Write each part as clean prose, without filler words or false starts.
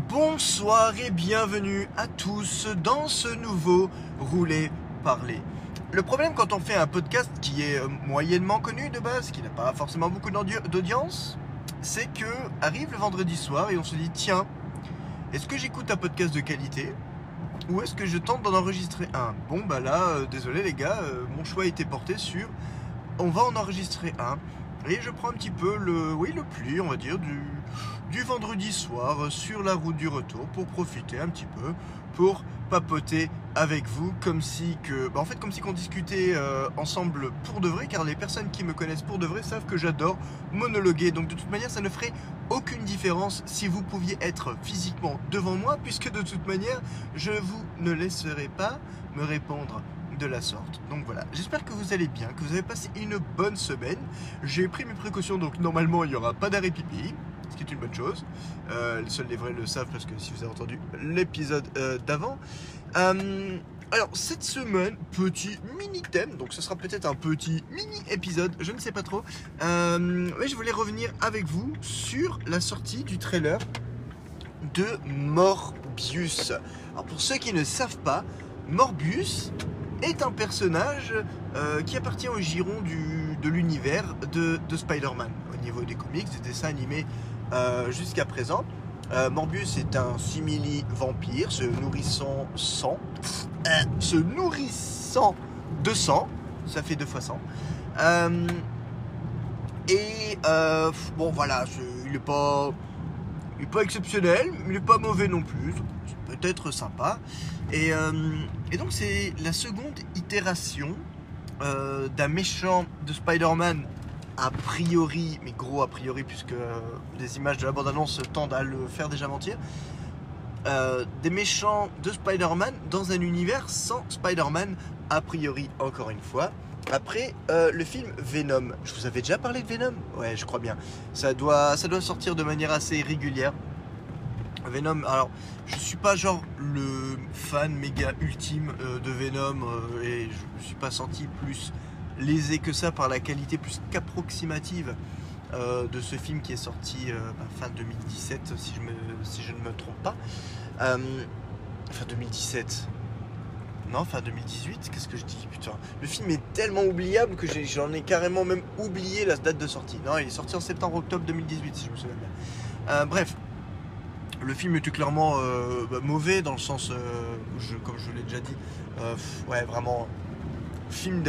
Bonsoir et bienvenue à tous dans ce nouveau Rouler Parler. Le problème quand on fait un podcast qui est moyennement connu de base, qui n'a pas forcément beaucoup d'audience, c'est que arrive le vendredi soir et on se dit tiens, est-ce que j'écoute un podcast de qualité ou est-ce que je tente d'en enregistrer un? Bon bah là, désolé les gars, mon choix a été porté sur on va en enregistrer un. Et je prends un petit peu le pli, on va dire, du vendredi soir sur la route du retour pour profiter un petit peu, pour papoter avec vous comme si qu'on discutait ensemble pour de vrai, car les personnes qui me connaissent pour de vrai savent que j'adore monologuer. Donc de toute manière, ça ne ferait aucune différence si vous pouviez être physiquement devant moi, puisque de toute manière, je vous ne laisserai pas me répondre de la sorte. Donc voilà, j'espère que vous allez bien, que vous avez passé une bonne semaine. J'ai pris mes précautions, donc normalement il n'y aura pas d'arrêt pipi, ce qui est une bonne chose. Seuls les vrais le savent, parce que si vous avez entendu l'épisode d'avant. Alors cette semaine, petit mini thème, donc ce sera peut-être un petit mini épisode, je ne sais pas trop. Mais je voulais revenir avec vous sur la sortie du trailer de Morbius. Alors pour ceux qui ne savent pas, Morbius est un personnage qui appartient au giron de l'univers de Spider-Man. Au niveau des comics, des dessins animés jusqu'à présent. Morbius est un simili-vampire se nourrissant de sang. Ça fait 2 fois 100. Bon voilà, il n'est pas exceptionnel, mais il n'est pas mauvais non plus. C'est peut-être sympa. Et donc c'est la seconde itération d'un méchant de Spider-Man, a priori, mais gros a priori puisque des images de la bande-annonce tendent à le faire déjà mentir, des méchants de Spider-Man dans un univers sans Spider-Man, a priori encore une fois. Après le film Venom, je vous avais déjà parlé de Venom? Ouais, je crois bien. Ça doit sortir de manière assez régulière. Venom, alors je suis pas genre le fan méga ultime de Venom et je me suis pas senti plus lésé que ça par la qualité plus qu'approximative de ce film qui est sorti fin 2017 si je ne me trompe pas. Fin 2017. Non, fin 2018, qu'est-ce que je dis? Putain, le film est tellement oubliable que j'en ai carrément même oublié la date de sortie. Non, il est sorti en septembre-octobre 2018 si je me souviens bien. Bref. Le film était clairement mauvais dans le sens, comme je l'ai déjà dit, ouais vraiment, film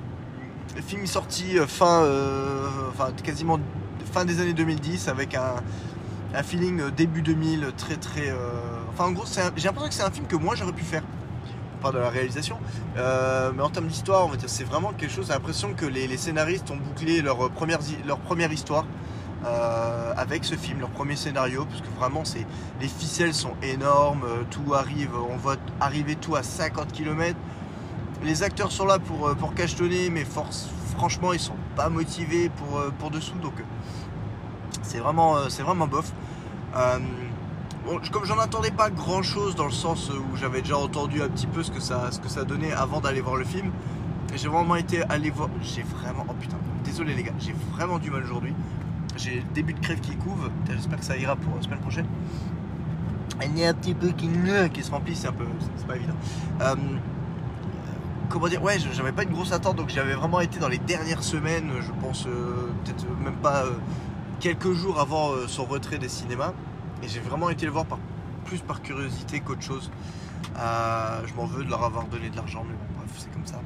sorti quasiment fin des années 2010 avec un feeling début 2000 très en gros j'ai l'impression que c'est un film que moi j'aurais pu faire. On parle de la réalisation, mais en termes d'histoire, on va dire, c'est vraiment quelque chose. J'ai l'impression que les scénaristes ont bouclé leur première histoire. Avec ce film, leur premier scénario, parce que vraiment les ficelles sont énormes, tout arrive, on voit arriver tout à 50 km. Les acteurs sont là pour cachetonner, mais franchement ils sont pas motivés pour dessous, donc c'est vraiment bof. Bon, comme j'en attendais pas grand chose dans le sens où j'avais déjà entendu un petit peu ce que ça donnait avant d'aller voir le film, j'ai vraiment été allé voir, oh putain, désolé les gars, j'ai vraiment du mal aujourd'hui. J'ai le début de crève qui couve. J'espère que ça ira pour la semaine prochaine. Il y a un petit peu qui se remplit, c'est pas évident. Comment dire, ouais, j'avais pas une grosse attente, donc j'avais vraiment été dans les dernières semaines, je pense peut-être même pas quelques jours avant son retrait des cinémas, et j'ai vraiment été le voir plus par curiosité qu'autre chose. Je m'en veux de leur avoir donné de l'argent, mais bon bref, c'est comme ça.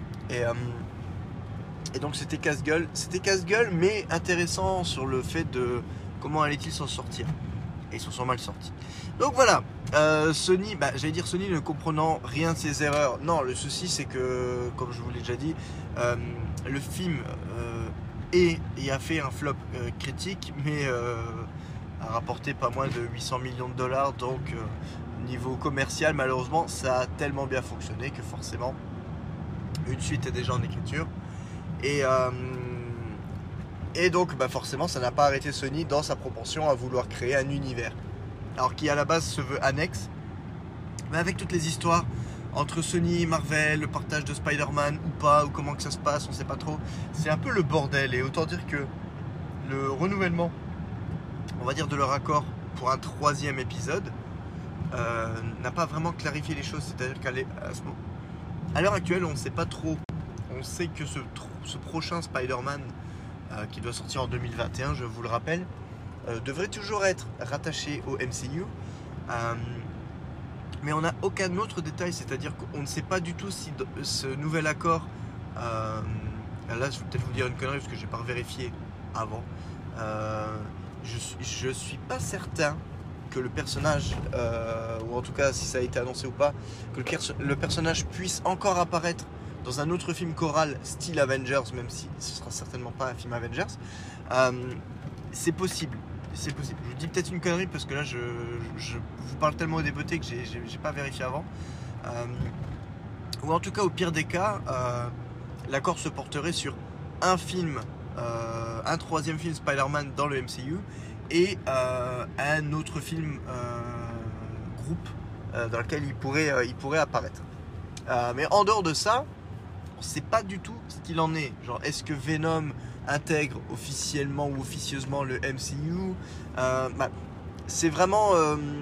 Et donc c'était casse-gueule, mais intéressant sur le fait de comment allait-il s'en sortir. Et ils s'en sont mal sortis. Donc voilà, Sony ne comprenant rien de ses erreurs. Non, le souci c'est que, comme je vous l'ai déjà dit, le film a fait un flop critique, mais a rapporté pas moins de 800 millions de dollars. Donc niveau commercial, malheureusement, ça a tellement bien fonctionné que forcément, une suite est déjà en écriture. Et donc forcément ça n'a pas arrêté Sony dans sa propension à vouloir créer un univers, alors qui à la base se veut annexe, mais avec toutes les histoires entre Sony et Marvel, le partage de Spider-Man ou pas, ou comment que ça se passe, on sait pas trop, c'est un peu le bordel. Et autant dire que le renouvellement, on va dire, de leur accord pour un 3e épisode n'a pas vraiment clarifié les choses. C'est-à-dire qu'à l'heure actuelle, on ne sait pas trop. On sait que ce prochain Spider-Man, qui doit sortir en 2021, je vous le rappelle, devrait toujours être rattaché au MCU. Mais on n'a aucun autre détail, c'est-à-dire qu'on ne sait pas du tout si ce nouvel accord, là je vais peut-être vous dire une connerie parce que je n'ai pas vérifié avant, je ne suis pas certain que le personnage, ou en tout cas si ça a été annoncé ou pas, que le personnage puisse encore apparaître dans un autre film choral style Avengers, même si ce ne sera certainement pas un film Avengers. C'est possible. C'est possible. Je vous dis peut-être une connerie parce que là je vous parle tellement au débeauté que j'ai pas vérifié avant. Ou en tout cas au pire des cas, l'accord se porterait sur un film, un troisième film Spider-Man dans le MCU et un autre film groupe dans lequel il pourrait apparaître. Mais en dehors de ça, on sait pas du tout ce qu'il en est. Genre, est-ce que Venom intègre officiellement ou officieusement le MCU? C'est vraiment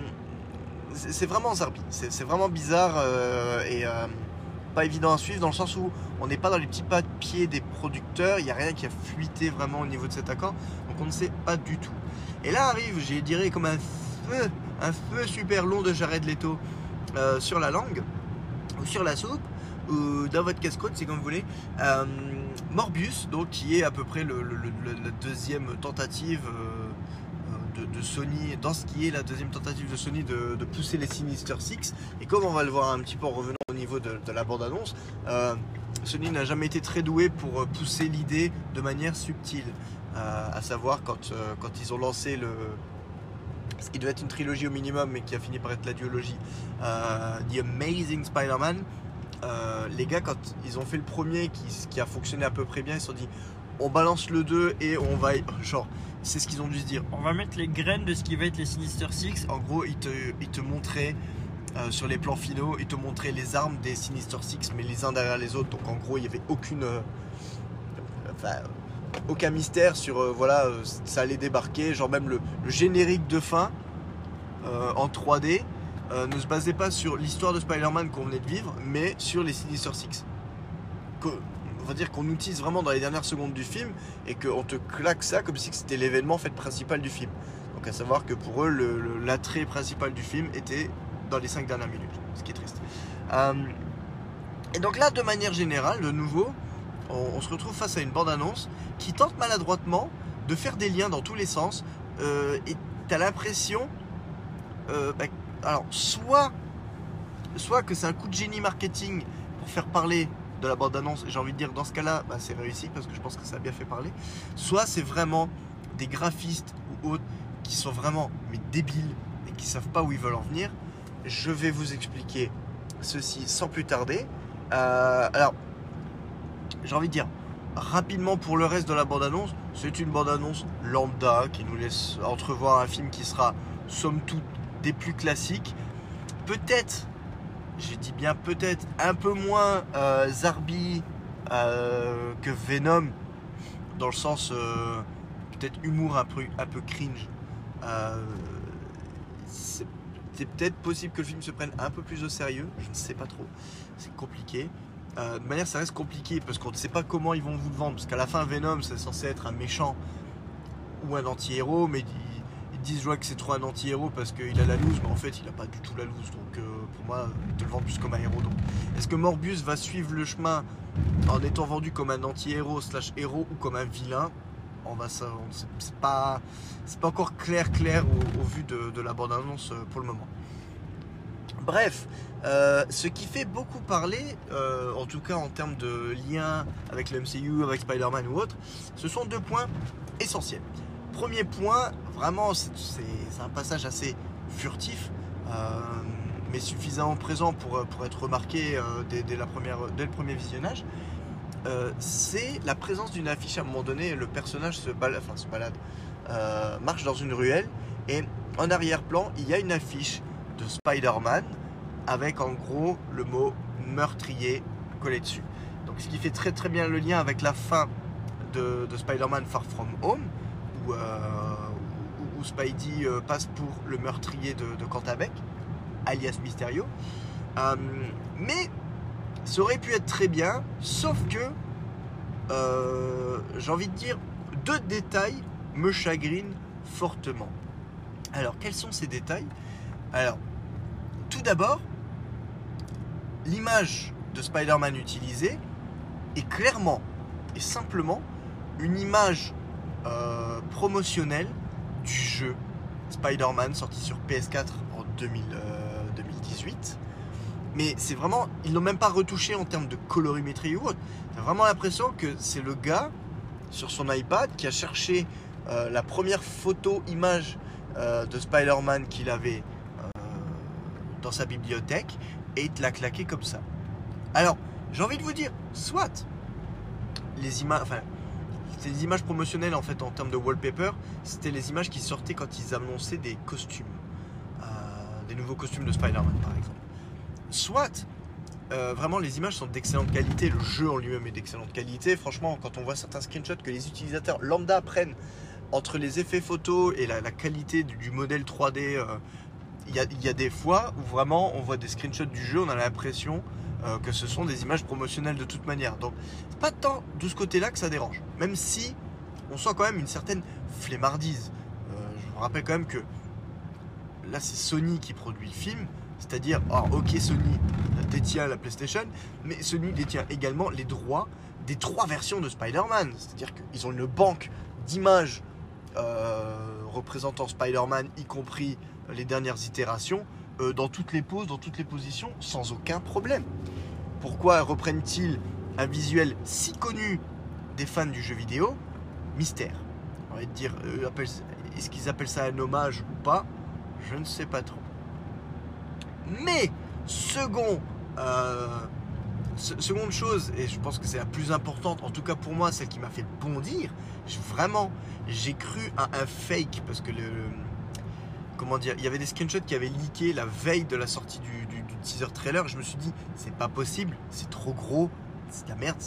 zarbi. C'est vraiment bizarre et pas évident à suivre dans le sens où on n'est pas dans les petits papiers des producteurs. Il n'y a rien qui a fuité vraiment au niveau de cet accord. Donc on ne sait pas du tout. Et là arrive, j'ai dirais comme un feu super long de Jared Leto sur la langue ou sur la soupe ou dans votre casse-croûte, c'est comme vous voulez. Morbius, donc qui est à peu près la deuxième tentative de Sony, dans ce qui est la deuxième tentative de Sony de pousser les Sinister Six. Et comme on va le voir un petit peu en revenant au niveau de la bande-annonce, Sony n'a jamais été très doué pour pousser l'idée de manière subtile. À savoir quand ils ont lancé ce qui devait être une trilogie au minimum, mais qui a fini par être la duologie, The Amazing Spider-Man. Les gars, quand ils ont fait le premier qui a fonctionné à peu près bien, ils se sont dit on balance le 2 et on va, genre, c'est ce qu'ils ont dû se dire, on va mettre les graines de ce qui va être les Sinister Six. En gros, ils te montraient sur les plans finaux, ils te montraient les armes des Sinister Six, mais les uns derrière les autres. Donc en gros, il n'y avait aucun mystère sur ça allait débarquer. Genre même le générique de fin en 3D ne se basait pas sur l'histoire de Spider-Man qu'on venait de vivre, mais sur les Sinister Six. On va dire qu'on utilise vraiment dans les dernières secondes du film et qu'on te claque ça comme si c'était l'événement principal du film. Donc à savoir que pour eux, l'attrait principal du film était dans les 5 dernières minutes, ce qui est triste. Et donc là, de manière générale, de nouveau, on se retrouve face à une bande-annonce qui tente maladroitement de faire des liens dans tous les sens. Et tu as l'impression... alors, soit que c'est un coup de génie marketing pour faire parler de la bande-annonce, j'ai envie de dire dans ce cas-là, c'est réussi parce que je pense que ça a bien fait parler. Soit c'est vraiment des graphistes ou autres qui sont vraiment débiles et qui savent pas où ils veulent en venir. Je vais vous expliquer ceci sans plus tarder. Alors, j'ai envie de dire rapidement pour le reste de la bande-annonce, c'est une bande-annonce lambda qui nous laisse entrevoir un film qui sera somme toute des plus classiques. Peut-être, je dis bien peut-être, un peu moins zarbi que Venom, dans le sens peut-être humour un peu cringe. C'est peut-être possible que le film se prenne un peu plus au sérieux, je ne sais pas trop, c'est compliqué. De manière, ça reste compliqué parce qu'on ne sait pas comment ils vont vous le vendre, parce qu'à la fin Venom c'est censé être un méchant ou un anti-héros, mais ils disent que c'est trop un anti-héros parce qu'il a la loose, mais en fait il n'a pas du tout la loose, donc pour moi ils te le vendent plus comme un héros. Donc est-ce que Morbius va suivre le chemin en étant vendu comme un anti-héros / héros ou comme un vilain? C'est pas encore clair au vu de la bande-annonce pour le moment. Bref, ce qui fait beaucoup parler, en tout cas en termes de lien avec le MCU, avec Spider-Man ou autre, ce sont 2 points essentiels. Premier point, vraiment c'est un passage assez furtif, mais suffisamment présent pour être remarqué dès le premier visionnage. C'est la présence d'une affiche. À un moment donné, le personnage se balade, marche dans une ruelle et en arrière-plan il y a une affiche de Spider-Man avec en gros le mot meurtrier collé dessus. Donc ce qui fait très très bien le lien avec la fin de Spider-Man Far From Home où Spidey passe pour le meurtrier de Quentin Beck. alias Mysterio. Mais ça aurait pu être très bien, sauf que j'ai envie de dire, 2 détails me chagrinent fortement. Alors, quels sont ces détails? Alors, tout d'abord, l'image de Spider-Man utilisée est clairement et simplement une image promotionnelle du jeu Spider-Man sorti sur PS4 en 2018. Mais c'est vraiment, ils l'ont même pas retouché en termes de colorimétrie ou autre. T'as vraiment l'impression que c'est le gars sur son iPad qui a cherché la première photo image de Spider-Man qu'il avait dans sa bibliothèque et il te l'a claqué comme ça. Alors, j'ai envie de vous dire, soit les images, enfin, c'est les images promotionnelles en fait en termes de wallpaper, c'était les images qui sortaient quand ils annonçaient des costumes, des nouveaux costumes de Spider-Man par exemple. Soit vraiment les images sont d'excellente qualité, le jeu en lui-même est d'excellente qualité. Franchement, quand on voit certains screenshots que les utilisateurs lambda prennent entre les effets photos et la qualité du modèle 3D, il y a des fois où vraiment on voit des screenshots du jeu, on a l'impression que ce sont des images promotionnelles de toute manière. Donc c'est pas tant de ce côté-là que ça dérange, même si on sent quand même une certaine flemmardise. Je vous rappelle quand même que là c'est Sony qui produit le film, c'est-à-dire, ok, Sony détient la PlayStation, mais Sony détient également les droits des 3 versions de Spider-Man. C'est-à-dire qu'ils ont une banque d'images représentant Spider-Man, y compris les dernières itérations, dans toutes les poses, dans toutes les positions, sans aucun problème. Pourquoi reprennent-ils un visuel si connu des fans du jeu vidéo? Mystère. On va te dire, est-ce qu'ils appellent ça un hommage ou pas? Je ne sais pas trop. Mais, seconde chose, et je pense que c'est la plus importante, en tout cas pour moi, celle qui m'a fait bondir, j'ai cru à un fake, parce que il y avait des screenshots qui avaient leaké la veille de la sortie du teaser trailer. Je me suis dit, c'est pas possible, c'est trop gros, c'est de la merde,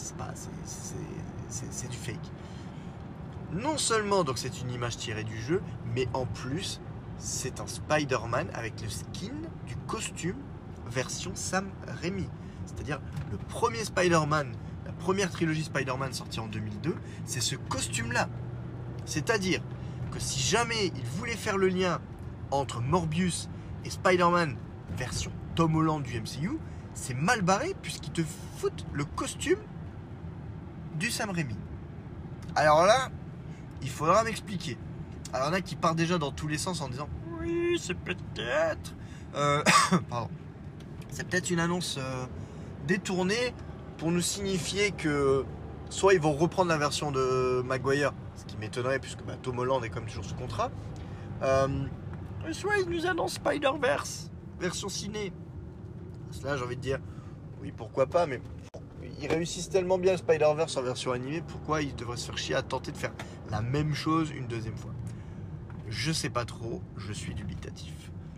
c'est du fake. Non seulement donc c'est une image tirée du jeu, mais en plus c'est un Spider-Man avec le skin du costume version Sam Raimi. C'est-à-dire le premier Spider-Man, la première trilogie Spider-Man sortie en 2002, c'est ce costume-là. C'est-à-dire que si jamais il voulait faire le lien entre Morbius et Spider-Man version Tom Holland du MCU, c'est mal barré puisqu'ils te foutent le costume du Sam Raimi. Alors là, il faudra m'expliquer. Alors il y en a qui partent déjà dans tous les sens en disant oui, c'est peut-être pardon. C'est peut-être une annonce détournée pour nous signifier que soit ils vont reprendre la version de Maguire, ce qui m'étonnerait puisque Tom Holland est comme toujours sous contrat, soit ils nous annoncent Spider-Verse version ciné. Là j'ai envie de dire oui, pourquoi pas, mais ils réussissent tellement bien Spider-Verse en version animée, pourquoi ils devraient se faire chier à tenter de faire la même chose une deuxième fois? Je sais pas trop, je suis dubitatif.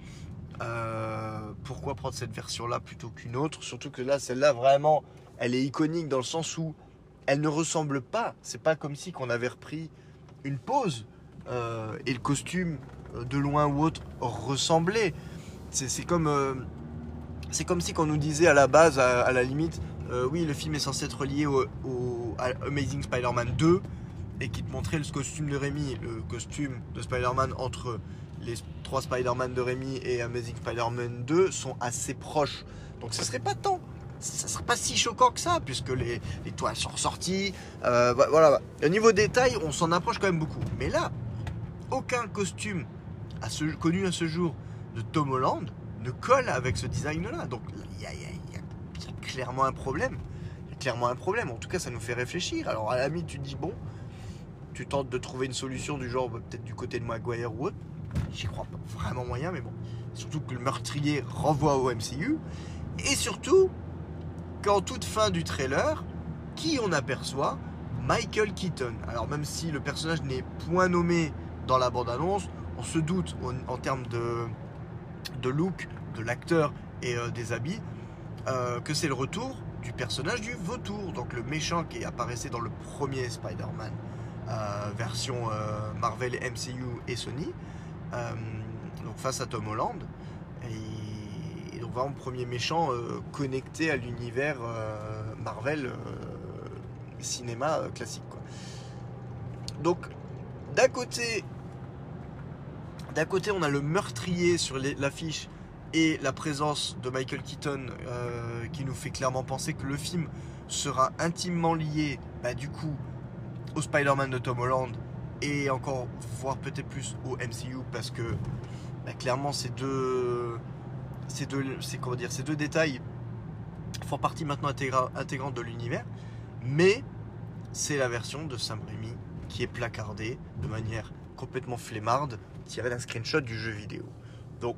Pourquoi prendre cette version-là plutôt qu'une autre? Surtout que là, celle-là, vraiment, elle est iconique dans le sens où elle ne ressemble pas. C'est pas comme si qu'on avait repris une pose et le costume de loin ou autre ressemblait. C'est comme si qu'on nous disait à la base, à la limite, oui, le film est censé être lié à Amazing Spider-Man 2 et qui te montrait le costume de Raimi, le costume de Spider-Man entre les 3 Spider-Man de Raimi et Amazing Spider-Man 2 sont assez proches. Donc ça serait pas si choquant que ça, puisque les toiles sont ressorties. Voilà. Au niveau détail, on s'en approche quand même beaucoup. Mais là, aucun costume connu à ce jour de Tom Holland ne colle avec ce design-là. Donc il y a clairement un problème. Il y a clairement un problème. En tout cas, ça nous fait réfléchir. Alors à la limite, tu te dis, bon, tu tentes de trouver une solution du genre, peut-être du côté de Maguire ou autre. J'y crois pas vraiment moyen, mais bon. Surtout que le meurtrier renvoie au MCU. Et surtout, qu'en toute fin du trailer, qui on aperçoit? Michael Keaton. Alors même si le personnage n'est point nommé dans la bande-annonce, on se doute en termes de look de l'acteur et des habits que c'est le retour du personnage du vautour. Donc le méchant qui apparaissait dans le premier Spider-Man version Marvel, MCU et Sony. Donc face à Tom Holland. vraiment premier méchant connecté à l'univers Marvel cinéma classique, quoi. Donc d'un côté on a le meurtrier sur l'affiche et la présence de Michael Keaton qui nous fait clairement penser que le film sera intimement lié du coup au Spider-Man de Tom Holland et encore voire peut-être plus au MCU, parce que clairement ces deux détails font partie maintenant intégrante de l'univers, mais c'est la version de Sam Raimi qui est placardée de manière complètement flemmarde, tirée d'un screenshot du jeu vidéo. Donc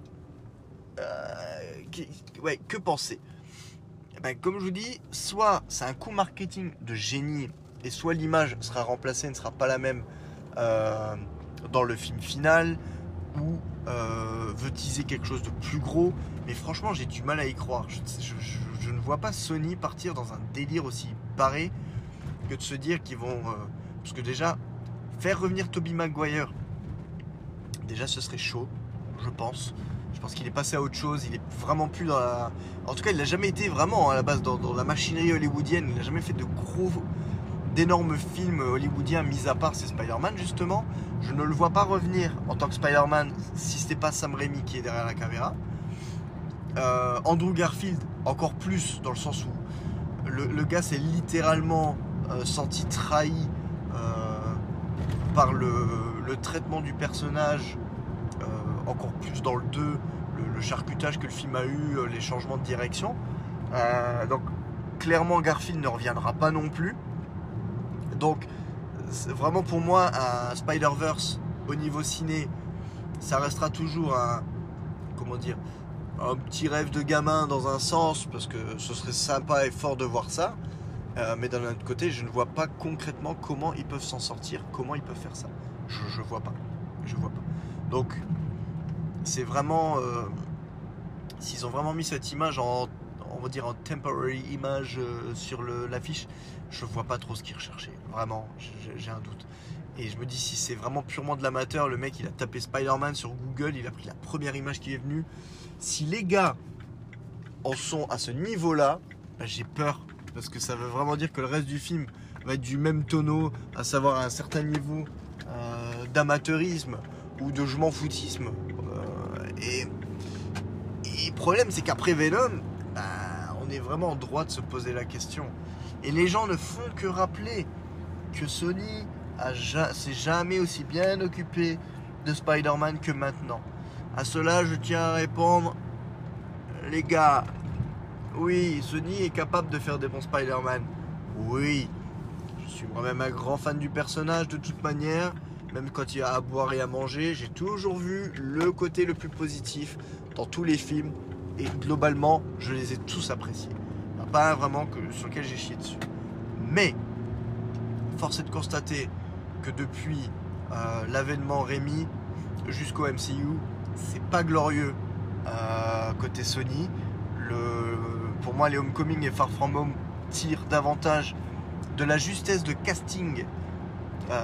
que penser? Comme je vous dis, soit c'est un coup marketing de génie, et soit l'image sera remplacée, ne sera pas la même dans le film final, ou veut teaser quelque chose de plus gros. Mais franchement, j'ai du mal à y croire. Je ne vois pas Sony partir dans un délire aussi barré que de se dire qu'ils vont... parce que déjà, faire revenir Tobey Maguire, déjà ce serait chaud, je pense. Je pense qu'il est passé à autre chose. Il est vraiment plus dans la... En tout cas, il n'a jamais été vraiment à la base dans la machinerie hollywoodienne. Il n'a jamais fait d'énormes films hollywoodiens, mis à part ces Spider-Man justement. Je ne le vois pas revenir en tant que Spider-Man si ce n'est pas Sam Raimi qui est derrière la caméra. Andrew Garfield, encore plus, dans le sens où le gars s'est littéralement senti trahi par le traitement du personnage, encore plus dans le 2, le charcutage que le film a eu, les changements de direction. Donc clairement Garfield ne reviendra pas non plus. Donc vraiment pour moi un Spider-Verse au niveau ciné, ça restera toujours un petit rêve de gamin dans un sens, parce que ce serait sympa et fort de voir ça, mais d'un autre côté je ne vois pas concrètement comment ils peuvent s'en sortir, comment ils peuvent faire ça. Je vois pas. Donc c'est vraiment s'ils ont vraiment mis cette image en temporary image sur l'affiche, je vois pas trop ce qu'ils recherchaient. Vraiment, j'ai un doute. Et je me dis, si c'est vraiment purement de l'amateur, le mec il a tapé Spider-Man sur Google, il a pris la première image qui est venue. Si les gars en sont à ce niveau-là, j'ai peur, parce que ça veut vraiment dire que le reste du film va être du même tonneau, à savoir à un certain niveau d'amateurisme ou de je m'en foutisme. Et le problème, c'est qu'après Venom, on est vraiment en droit de se poser la question. Et les gens ne font que rappeler que Sony s'est jamais aussi bien occupé de Spider-Man que maintenant. À cela, je tiens à répondre, les gars, oui, Sony est capable de faire des bons Spider-Man. Oui, je suis moi-même un grand fan du personnage de toute manière. Même quand il y a à boire et à manger, j'ai toujours vu le côté le plus positif dans tous les films. Et globalement, je les ai tous appréciés. Il n'y en a pas un vraiment sur lequel j'ai chié dessus. Mais, force est de constater que depuis l'avènement Raimi jusqu'au MCU, c'est pas glorieux côté Sony. Pour moi, les Homecoming et Far From Home tirent davantage de la justesse de casting de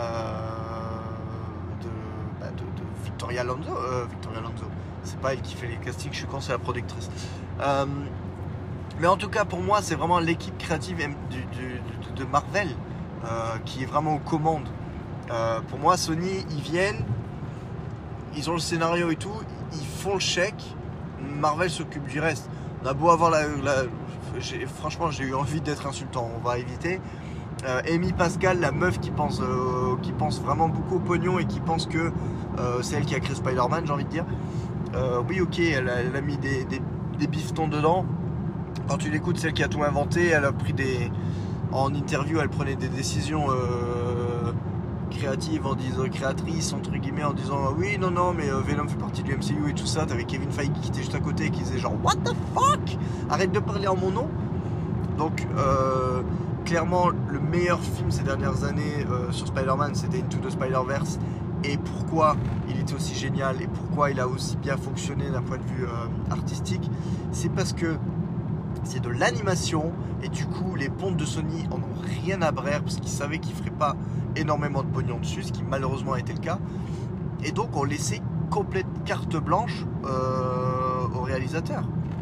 Victoria Alonso. C'est pas elle qui fait les castings, je suis con, c'est la productrice. Mais en tout cas, pour moi, c'est vraiment l'équipe créative de Marvel qui est vraiment aux commandes. Pour moi, Sony, ils viennent, ils ont le scénario et tout, ils font le chèque, Marvel s'occupe du reste. On a beau avoir franchement, j'ai eu envie d'être insultant, on va éviter. Amy Pascal, la meuf qui pense vraiment beaucoup au pognon et qui pense que c'est elle qui a créé Spider-Man, j'ai envie de dire. Oui, ok, elle a mis des bifetons dedans. Quand tu l'écoutes, celle qui a tout inventé, elle a pris en interview, elle prenait des décisions créatives, créatrices entre guillemets, en disant oui, non, mais Venom fait partie du MCU et tout ça. T'avais Kevin Feige qui était juste à côté, qui disait genre what the fuck, arrête de parler en mon nom. Donc clairement, le meilleur film ces dernières années sur Spider-Man, c'était Into the Spider-Verse. Et pourquoi il était aussi génial et pourquoi il a aussi bien fonctionné d'un point de vue artistique, c'est parce que c'est de l'animation et du coup les pontes de Sony en ont rien à brère parce qu'ils savaient qu'ils ne feraient pas énormément de pognon dessus, ce qui malheureusement a été le cas, et donc on laissait complète carte blanche au réalisateur.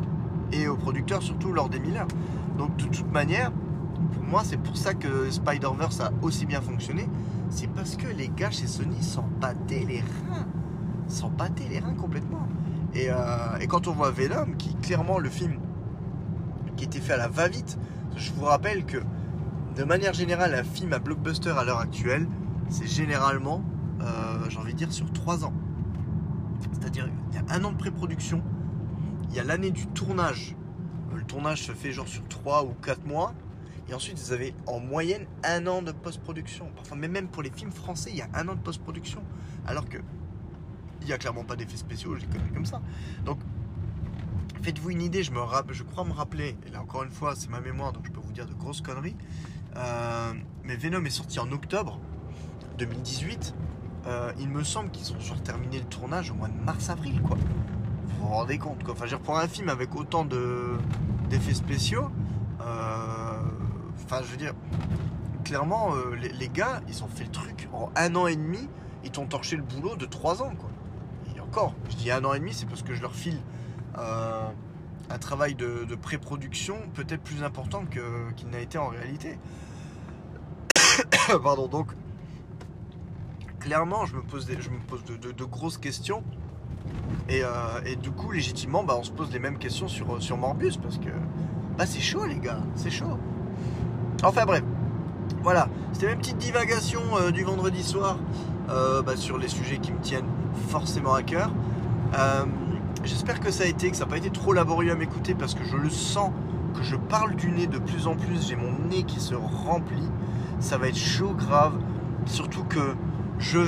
et aux producteurs, surtout Lord et Miller. Donc de toute manière, pour moi, c'est pour ça que Spider-Verse a aussi bien fonctionné. C'est parce que les gars chez Sony s'en battaient les reins. S'en battaient les reins complètement. Et quand on voit Venom, qui clairement le film qui était fait à la va-vite, je vous rappelle que de manière générale, un film à blockbuster à l'heure actuelle, c'est généralement, j'ai envie de dire, sur 3 ans. C'est-à-dire, il y a 1 an de pré-production, il y a l'année du tournage. Le tournage se fait genre sur 3 ou 4 mois. Et ensuite, vous avez en moyenne 1 an de post-production. Parfois, mais même pour les films français, il y a 1 an de post-production. Alors que il n'y a clairement pas d'effets spéciaux, je les connais comme ça. Donc, faites-vous une idée, je crois me rappeler, et là encore une fois, c'est ma mémoire, donc je peux vous dire de grosses conneries. Mais Venom est sorti en octobre 2018. Il me semble qu'ils ont genre terminé le tournage au mois de mars-avril, quoi. Vous vous rendez compte, quoi. Enfin, je veux dire, pour un film avec autant d'effets spéciaux, enfin, je veux dire, clairement, les gars, ils ont fait le truc en 1 an et demi. Ils t'ont torché le boulot de 3 ans, quoi. Et encore, je dis 1 an et demi, c'est parce que je leur file un travail de pré-production peut-être plus important qu'il n'a été en réalité. Pardon, donc clairement, je me pose de grosses questions. Et du coup, légitimement, on se pose les mêmes questions sur Morbius, parce que c'est chaud, les gars, c'est chaud. Enfin bref, voilà, c'était mes petites divagations du vendredi soir sur les sujets qui me tiennent forcément à cœur. J'espère que ça n'a pas été trop laborieux à m'écouter, parce que je le sens, que je parle du nez de plus en plus, j'ai mon nez qui se remplit, ça va être chaud grave, surtout que je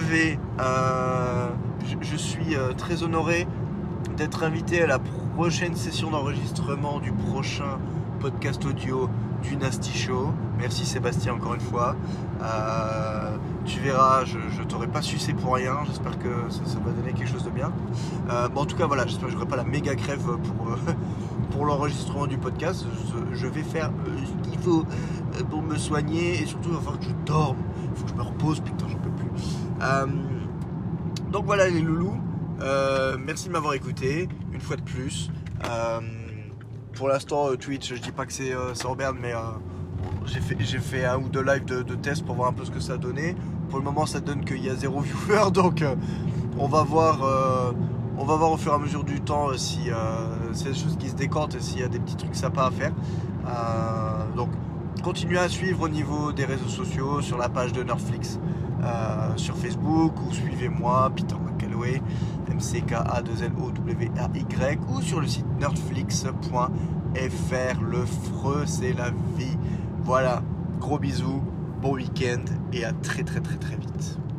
suis très honoré d'être invité à la prochaine session d'enregistrement du prochain podcast audio du Nasty Show. Merci Sébastien encore une fois. Tu verras, je t'aurais pas sucé pour rien. J'espère que ça va donner quelque chose de bien. En tout cas voilà, j'espère que j'aurai pas la méga crève pour l'enregistrement du podcast. Je vais faire ce qu'il faut pour me soigner, et surtout il va falloir que je dorme. Il faut que je me repose, putain j'en peux plus. Donc voilà les loulous. Merci de m'avoir écouté une fois de plus. Pour l'instant Twitch, je dis pas que c'est en berne, mais j'ai fait 1 ou 2 lives de test pour voir un peu ce que ça donnait. Pour le moment ça donne qu'il y a 0 viewer, donc on va voir au fur et à mesure du temps si c'est des choses qui se décantent et s'il y a des petits trucs sympas à faire. Donc continuez à suivre au niveau des réseaux sociaux, sur la page de Nerdflix, sur Facebook, ou suivez-moi, Peter McCalloway, MCKA2LOWAY, ou sur le site nerdflix.fr. Le freux, c'est la vie. Voilà, gros bisous, bon week-end, et à très très très très vite.